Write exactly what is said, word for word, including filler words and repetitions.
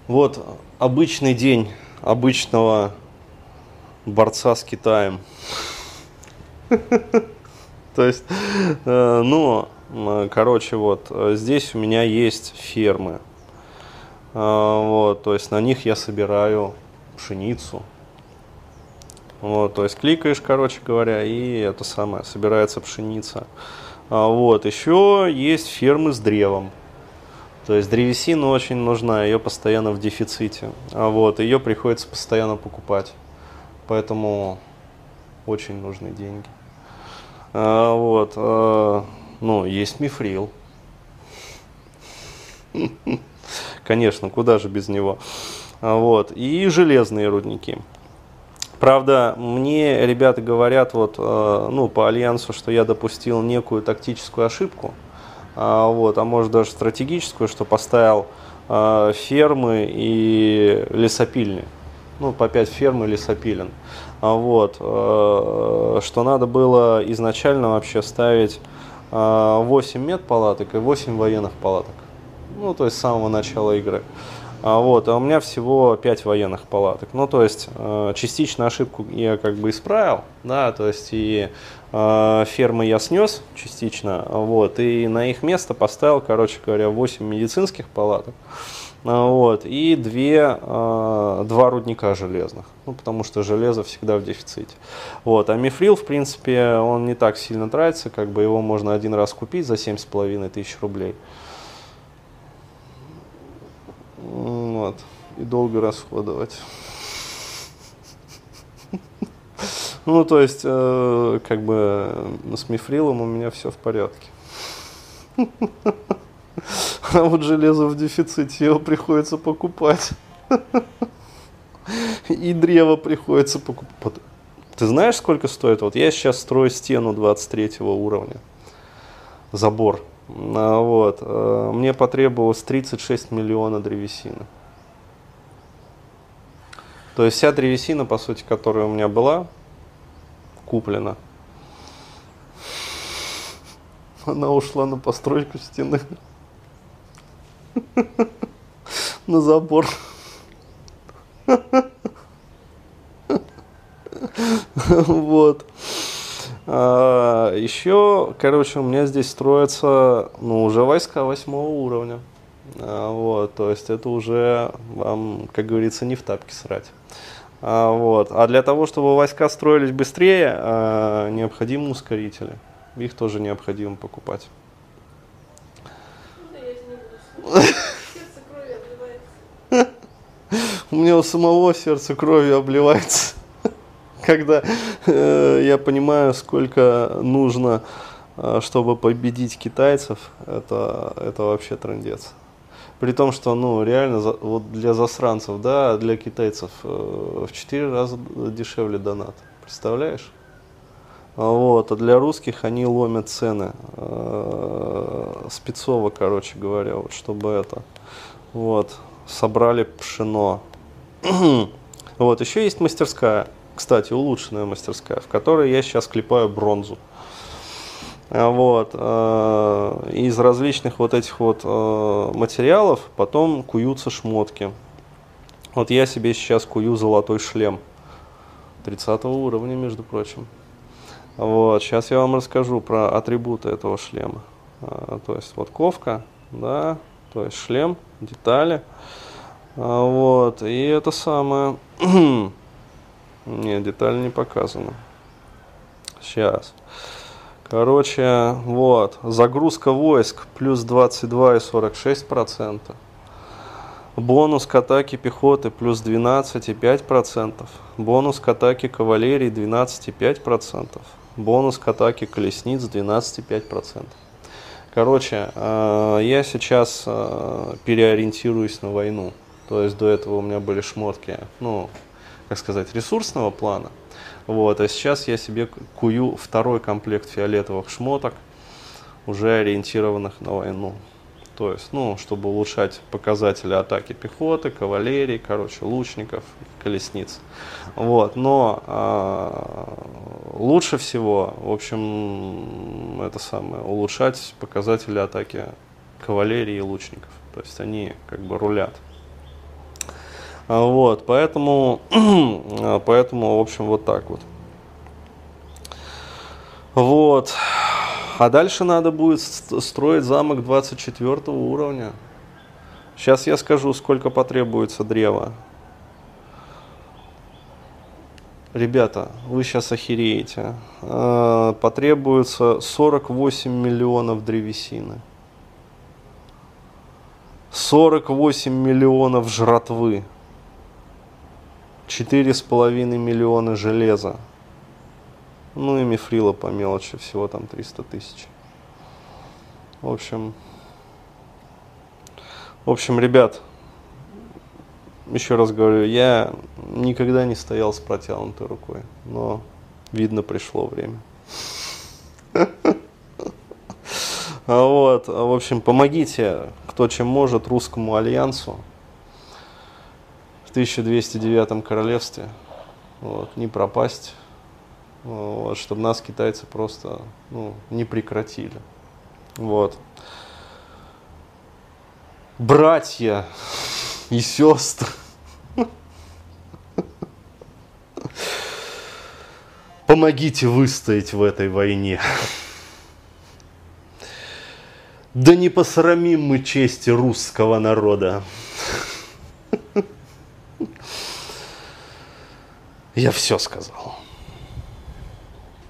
Вот обычный день обычного борца с Китаем. То есть, э, ну, м, короче, вот э, здесь у меня есть фермы. А, вот, то есть на них я собираю пшеницу. Вот, то есть кликаешь, короче говоря, и это самое, собирается пшеница. А, вот, еще есть фермы с древом. То есть древесина очень нужна, ее постоянно в дефиците. А вот, ее приходится постоянно покупать. Поэтому очень нужны деньги. А, вот, а, ну, есть мифрил. Конечно, куда же без него. А, вот, и железные рудники. Правда, мне ребята говорят вот, э, ну, по альянсу, что я допустил некую тактическую ошибку, а, вот, а может даже стратегическую, что поставил э, фермы и лесопильни, ну, по пять ферм и лесопилен. А, вот, э, что надо было изначально вообще ставить э, восемь медпалаток и восемь военных палаток, ну, то есть с самого начала игры. А, вот, а у меня всего пять военных палаток. Ну, то есть, э, частично ошибку я как бы исправил, да, то есть, и э, фермы я снес частично, вот, и на их место поставил, короче говоря, восемь медицинских палаток, а, вот, и две, э, два рудника железных, ну, потому что железо всегда в дефиците. Вот, а мифрил, в принципе, он не так сильно тратится, как бы его можно один раз купить за семь с половиной тысяч рублей. Вот. И долго расходовать. Ну, то есть, э, как бы с мифрилом у меня все в порядке. А вот железо в дефиците, его приходится покупать. И древо приходится покупать. Ты знаешь, сколько стоит? Вот я сейчас строю стену двадцать третьего уровня. Забор. А, вот. э, Мне потребовалось тридцать шесть миллионов древесины. То есть вся древесина, по сути, которая у меня была куплена, она ушла на постройку стены, на забор. Вот. А, еще, короче, у меня здесь строятся, ну, уже войска восьмого уровня. А, вот, то есть это уже вам, как говорится, не в тапки срать. А, вот. А для того, чтобы войска строились быстрее, а, необходимы ускорители. Их тоже необходимо покупать. Да, я не буду слушать. Сердце крови обливается. У меня у самого сердце кровью обливается, когда э, я понимаю, сколько нужно, э, чтобы победить китайцев. Это, это вообще трындец. При том, что, ну, реально, за, вот для засранцев, да, для китайцев э, в четыре раза дешевле донат. Представляешь? А, вот, а для русских они ломят цены. Э, спецово, короче говоря, вот, чтобы это. Вот, собрали пшено. Вот, еще есть мастерская, кстати, улучшенная мастерская, в которой я сейчас клепаю бронзу. А, вот, э, из различных вот этих вот э, материалов потом куются шмотки. Вот я себе сейчас кую золотой шлем тридцатого уровня, между прочим. Вот, сейчас я вам расскажу про атрибуты этого шлема. А, то есть вот ковка, да, то есть шлем, детали. А, вот, и это самое... Нет, детали не показаны. Сейчас. Короче, вот, загрузка войск плюс двадцать два и сорок шесть процентов. Бонус к атаке пехоты плюс двенадцать и пять процентов. Бонус к атаке кавалерии двенадцать и пять процентов. Бонус к атаке колесниц двенадцать и пять процентов. Короче, я сейчас переориентируюсь на войну. То есть до этого у меня были шмотки, ну, как сказать, ресурсного плана. Вот, а сейчас я себе кую второй комплект фиолетовых шмоток, уже ориентированных на войну. То есть, ну, чтобы улучшать показатели атаки пехоты, кавалерии, короче, лучников, колесниц. Вот, но э, лучше всего, в общем, это самое, улучшать показатели атаки кавалерии и лучников. То есть они как бы рулят. А, Вот, поэтому, поэтому, в общем, вот так вот. Вот. А дальше надо будет ст- строить замок двадцать четвёртого уровня. Сейчас я скажу, сколько потребуется древа. Ребята, вы сейчас охереете. А, Потребуется сорок восемь миллионов древесины. сорок восемь миллионов жратвы. четыре с половиной миллиона железа. Ну и мифрила по мелочи, всего там триста тысяч. В общем, в общем, ребят, еще раз говорю, я никогда не стоял с протянутой рукой, но, видно, пришло время. Вот, в общем, помогите, кто чем может, Русскому Альянсу в тысяча двести девятом королевстве, вот, не пропасть, вот, чтобы нас китайцы просто, ну, не прекратили. Вот. Братья и сестры, помогите выстоять в этой войне. Да не посрамим мы чести русского народа. Я все сказал.